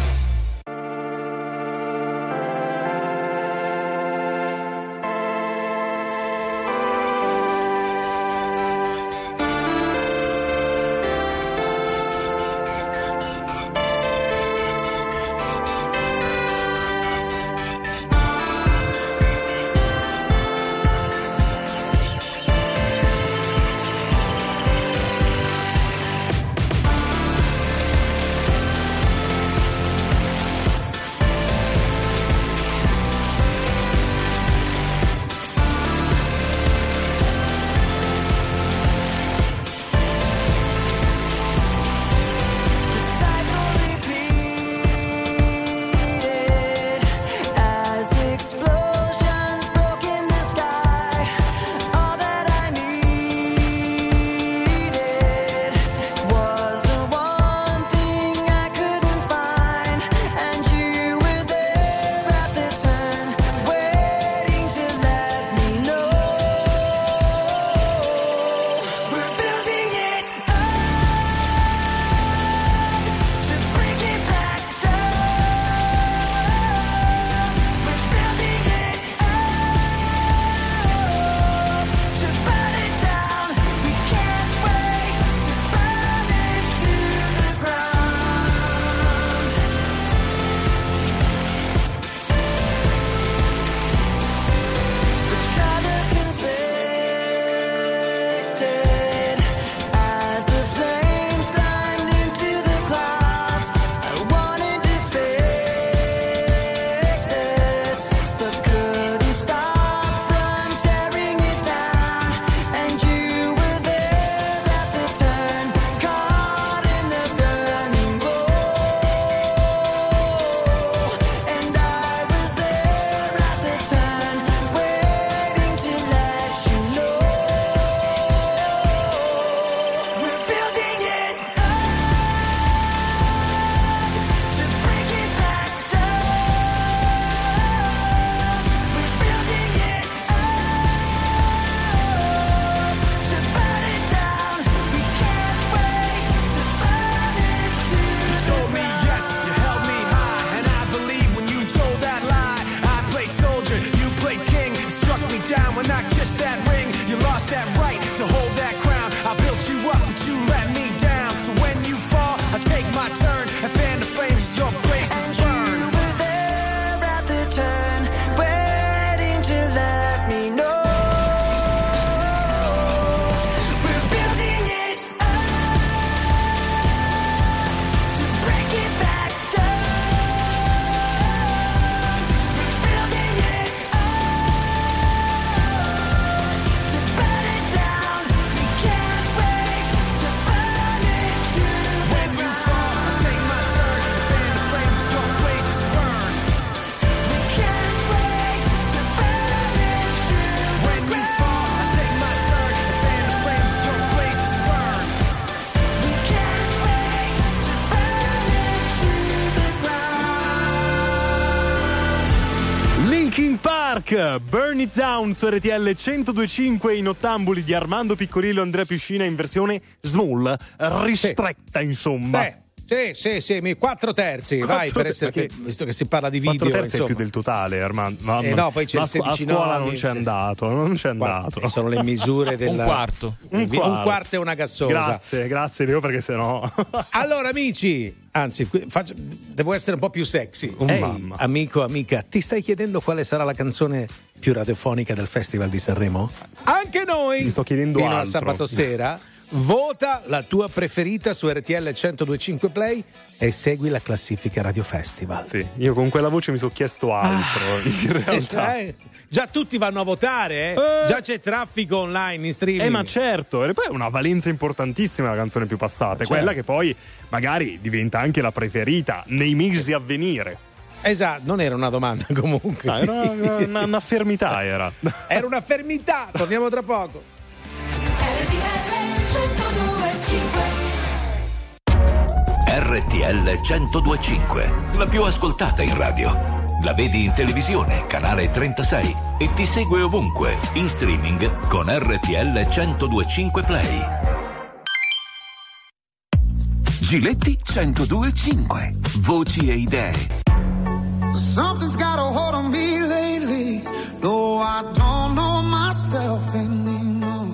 Burn It Down su RTL 102.5 in ottambuli di Armando Piccorillo e Andrea Piscina in versione small, ristretta insomma. Sì, 4/3, vai, per essere visto che si parla di video. 4/3 è più del totale, Armando. No, poi c'è il 16 a scuola non c'è andato. Sono le misure del un quarto e una gassosa. Grazie Leo, perché sennò. Allora amici, anzi devo essere un po' più sexy. Mamma. Amico, amica, ti stai chiedendo quale sarà la canzone più radiofonica del Festival di Sanremo? Anche noi mi sto chiedendo fino altro. a sabato sera. Vota la tua preferita su RTL 102.5 Play e segui la classifica Radio Festival. Sì, io con quella voce mi sono chiesto altro, in realtà. Già tutti vanno a votare, già c'è traffico online in streaming. Ma certo, e poi è una valenza importantissima la canzone più passata, quella che poi magari diventa anche la preferita nei mesi a venire. Esatto, non era una domanda comunque. No, era una fermità, era. Era una fermità, torniamo tra poco. RTL 102.5, la più ascoltata in radio. La vedi in televisione, canale 36 e ti segue ovunque, in streaming con RTL 102.5 Play. Giletti 102.5, voci e idee. Something's got a hold on me lately. No, I don't know myself anymore.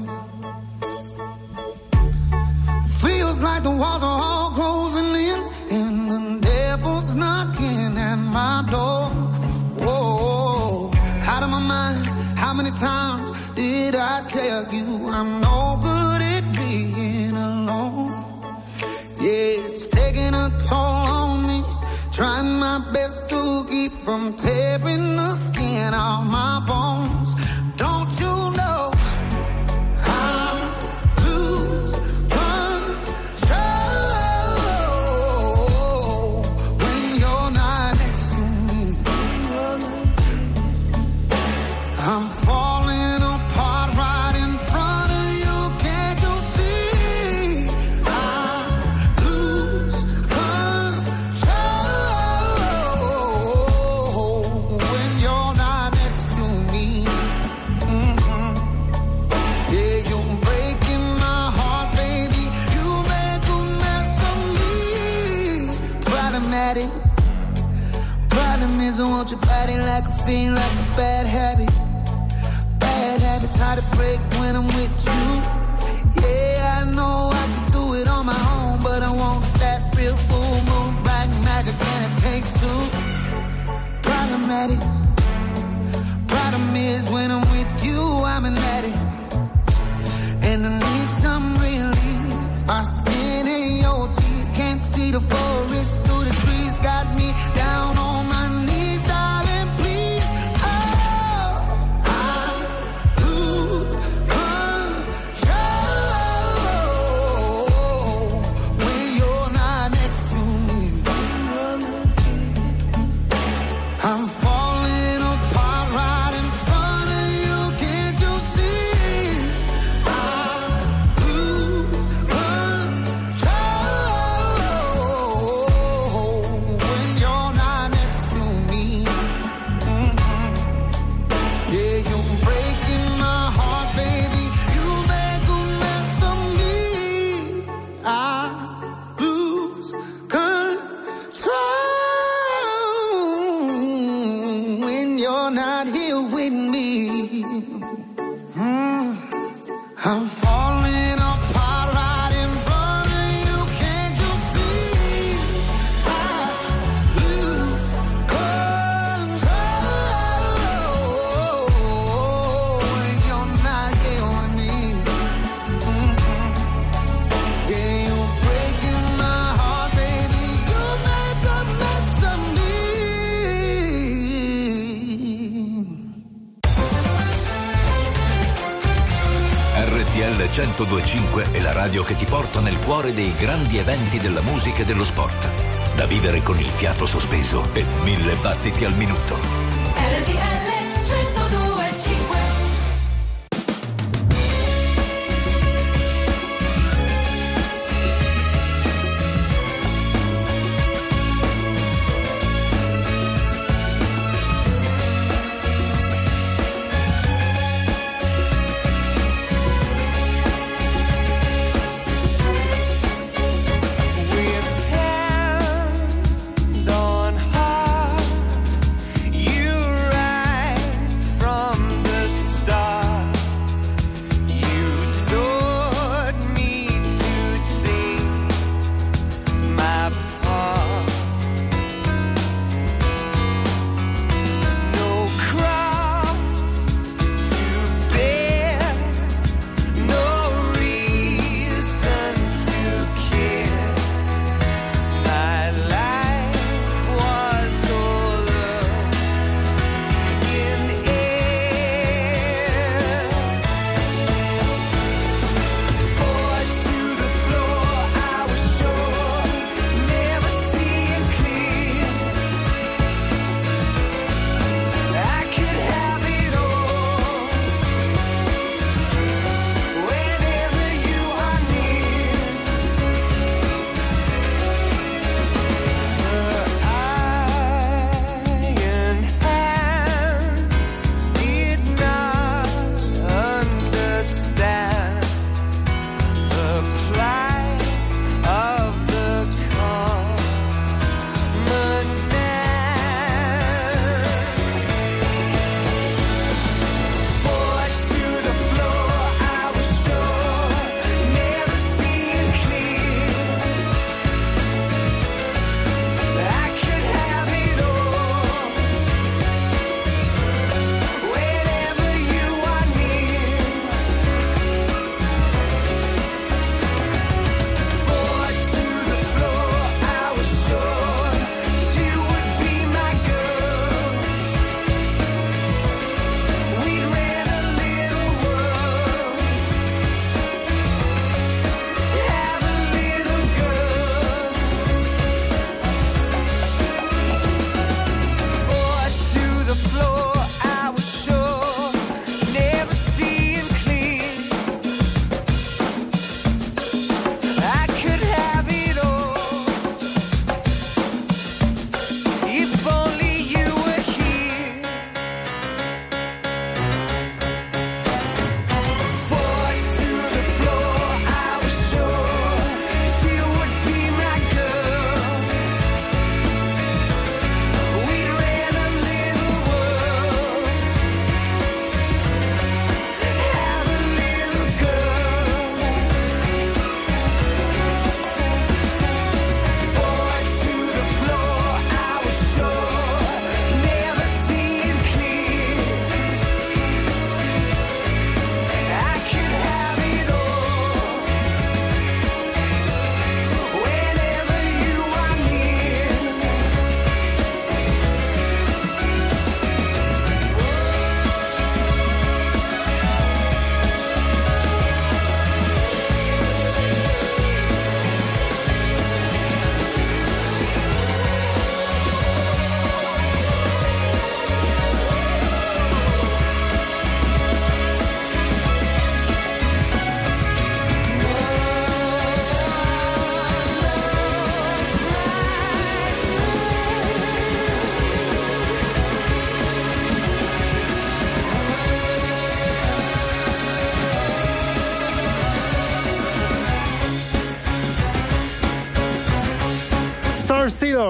Feels like the walls are all closing in and the devil's knocking at my door. Whoa, out of my mind. How many times did I tell you I'm no good at being alone? Yeah, it's taking a toll on me. Trying my best to keep from tearing the skin off my bones. Don't you know I'm lose control when you're not next to me? I'm falling apart right in front of you. Can't you see? I lose control when you're not next to me. Yeah, you're breaking my heart, baby. You make a mess of me. Problematic. Problem is I want your body like a fiend, like a bad habit. Bad habits hard to break when I'm with you. Yeah, I know I can do it on my own, but I want that real full moon, black magic, and it takes two. Problematic. Problem is when I'm with you, I'm an addict, and I need some relief. My skin and your teeth, can't see the forest through the trees, got me down on my knees, darling, please. Oh, I lose control when you're not next to me. I'm falling apart right in front of you. Can't you see? I lose control when you're not next to me. Yeah, you're breaking my heart, baby. You make a mess of me. I lose control when you're not here with me. I'm falling apart right in front of you. Can't you see? I lose control when you're not here with me. Yeah, you're breaking my heart, baby. You make a mess of me. RTL 102.5 è la radio che ti porta nel cuore dei grandi eventi della musica e dello sport. Da vivere con il fiato sospeso e 1000 battiti al minuto. RTL 102.5. With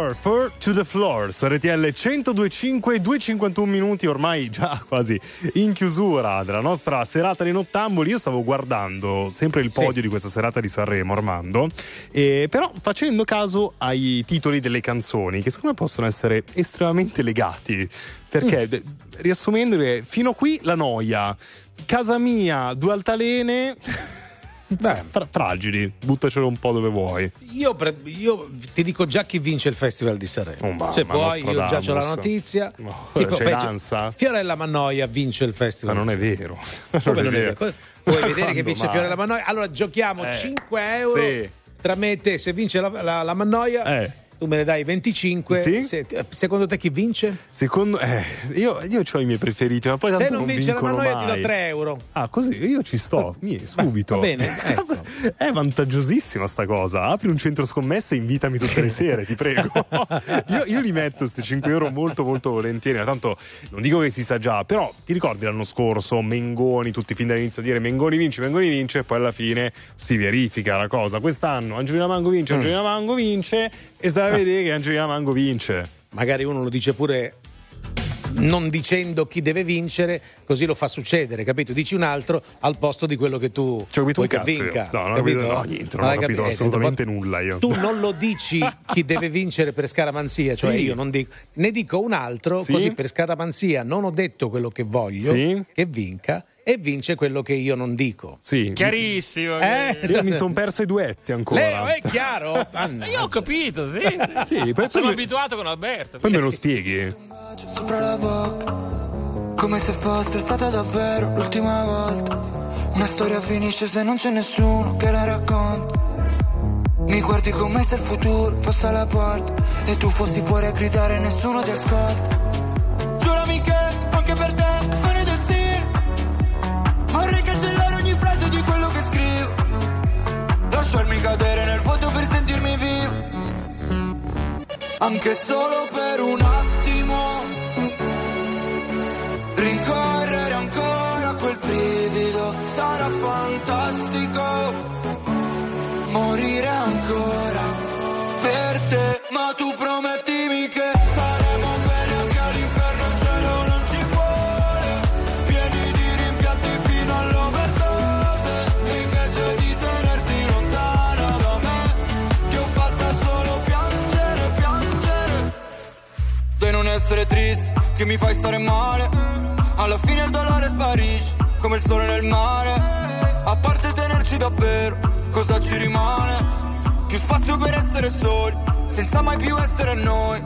Four to the Floor su RTL 102.5, 2:51 minuti, ormai già quasi in chiusura della nostra serata dei nottamboli. Io stavo guardando sempre il podio di questa serata di Sanremo, Armando, però facendo caso ai titoli delle canzoni, che secondo me possono essere estremamente legati, perché riassumendole, fino a qui la noia, casa mia, due altalene. Beh, fragili, buttacelo un po' dove vuoi. Io ti dico già chi vince il Festival di Sanremo. Se poi io già c'ho la notizia. C'è l'ansa. Fiorella Mannoia vince il Festival. Ma non è vero. Come non è vero? Vuoi vedere che vince Fiorella Mannoia? Allora giochiamo 5 euro tra me e te. Se vince la Mannoia, tu me ne dai 25. Sì? Secondo te chi vince? Secondo io ho i miei preferiti, ma poi se tanto non vince la Mannoia ti do 3 euro. Ah, così io ci sto, subito. Va bene, ecco. È vantaggiosissima sta cosa. Apri un centro scommesse e invitami tutte le sere, ti prego. io li metto sti 5 euro molto molto volentieri, ma tanto non dico che si sa già, però ti ricordi l'anno scorso Mengoni, tutti fin dall'inizio a dire Mengoni vince, e poi alla fine si verifica la cosa. Quest'anno Angelina Mango vince e stai a vedere che Angelina Mango vince. Magari uno lo dice pure non dicendo chi deve vincere, così lo fa succedere, capito? Dici un altro al posto di quello che tu vuoi che vinca. No, niente, non ho capito assolutamente nulla io. Tu non lo dici chi deve vincere per scaramanzia, cioè io non dico, ne dico un altro, così per scaramanzia non ho detto quello che voglio che vinca e vince quello che io non dico. Sì. Chiarissimo. Io mi sono perso i duetti ancora. Leo, è chiaro? Io ho capito, sì. Sono abituato con Alberto. Poi me lo spieghi? Sopra la bocca, come se fosse stata davvero l'ultima volta. Una storia finisce se non c'è nessuno che la racconta. Mi guardi come se il futuro fosse alla porta e tu fossi fuori a gridare e nessuno ti ascolta. Giurami che anche per te non è destino. Vorrei cancellare ogni frase di quello che scrivo, lasciarmi cadere nel vuoto per sentirmi vivo, anche solo per un attimo. Rincorrere ancora quel brivido sarà fantastico. Morire ancora per te, ma tu promettimi che staremo bene anche all'inferno, il cielo non ci vuole, pieni di rimpianti fino all'overdose, e invece di tenerti lontana da me, ti ho fatta solo piangere, di non essere triste, che mi fai stare male. Alla fine il dolore sparisce come il sole nel mare. A parte tenerci davvero, cosa ci rimane? Più spazio per essere soli, senza mai più essere noi.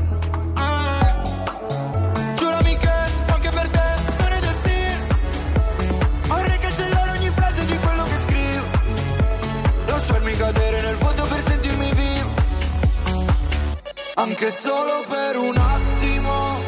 Giurami che anche per te non è destino. Vorrei cancellare ogni frase di quello che scrivo, lasciarmi cadere nel vuoto per sentirmi vivo, anche solo per un attimo.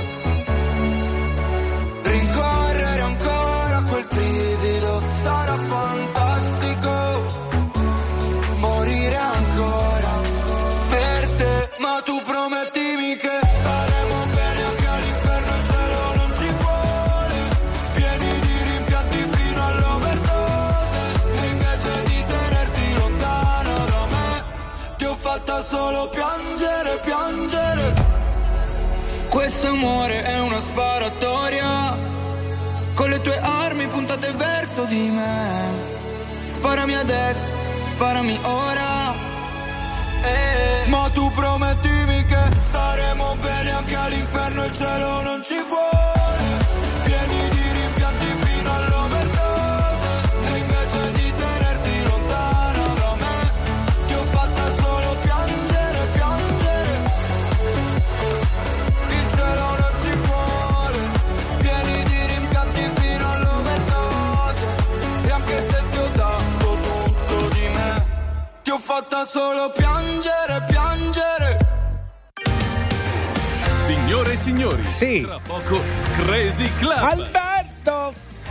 Rincorrere ancora quel brivido sarà fantastico. Morire ancora per te, ma tu promettimi che staremo bene anche all'inferno, il cielo non ci vuole, pieni di rimpianti fino all'overdose, e invece di tenerti lontana da me, ti ho fatta solo piangere. Questo amore è una sparatoria, con le tue armi puntate verso di me. Sparami adesso, sparami ora, ma tu promettimi che staremo bene anche all'inferno, il cielo non ci vuole, pieni di rimpianti fino all'overdose, e invece di tenerti lontana da me, ti ho fatta solo piangere. Il cielo non ci vuole, pieni di rimpianti fino all'overdose, e anche se ti ho dato tutto di me, ti ho fatta solo piangere. Signore e signori, tra poco Crazy Club. Alberto!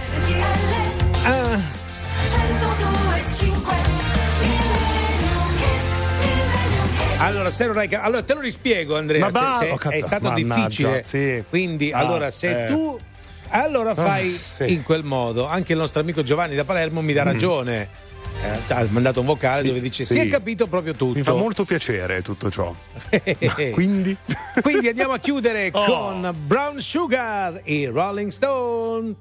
Allora, se non hai allora te lo rispiego, Andrea. È stato difficile. Quindi, allora, se tu fai in quel modo, anche il nostro amico Giovanni da Palermo mi dà ragione. ha mandato un vocale dove dice si è capito proprio tutto. Mi fa molto piacere tutto ciò. Quindi andiamo a chiudere con Brown Sugar e Rolling Stone.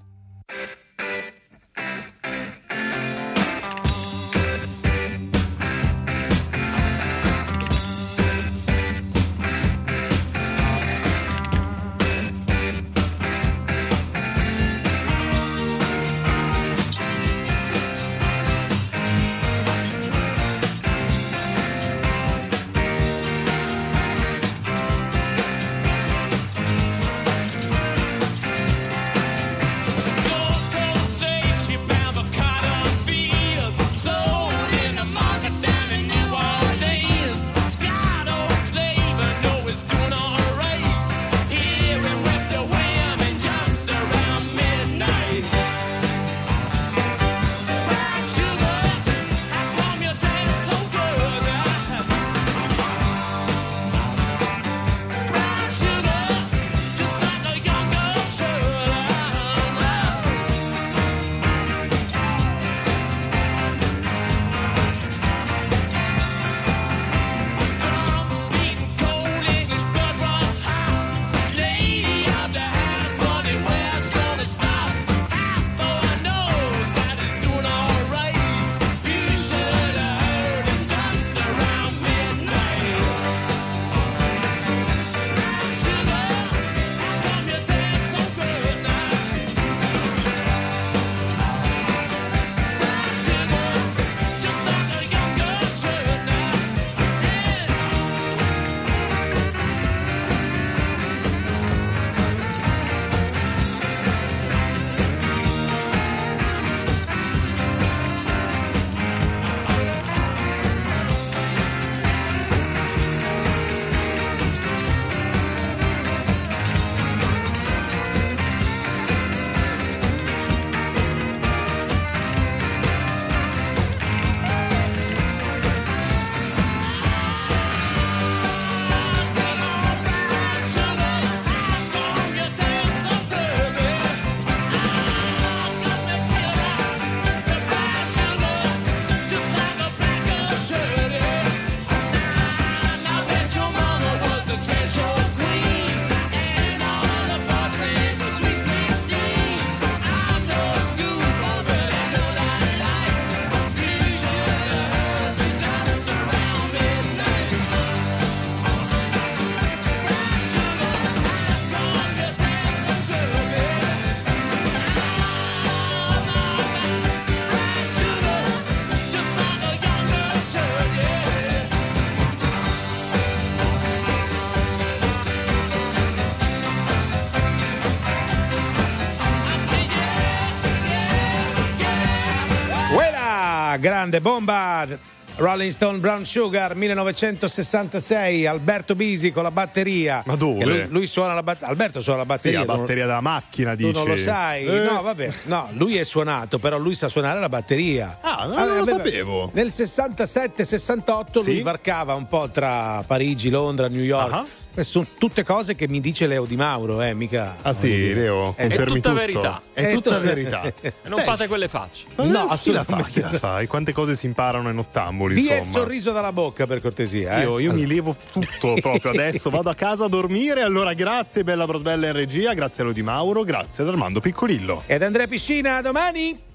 Grande bomba, Rolling Stone, Brown Sugar, 1966, Alberto Bisi con la batteria. Ma dove? Lui suona la batteria. Alberto suona la batteria. Sì, la batteria della macchina, dici. Tu non lo sai? No, vabbè. No, lui è suonato, però lui sa suonare la batteria. Non lo sapevo. Nel 67-68 lui varcava un po' tra Parigi, Londra, New York. Sono tutte cose che mi dice Leo Di Mauro, mica. Ah sì, Leo, è tutta tutto. Verità. È tutta verità. E non fate quelle facce. No, chi la fa? E quante cose si imparano ai nottamboli, Via il sorriso dalla bocca, per cortesia. Io mi levo tutto proprio adesso, vado a casa a dormire. Allora grazie Bella Brosbella in regia, grazie a Leo Di Mauro, grazie ad Armando Piccolillo ed Andrea Piscina. A domani.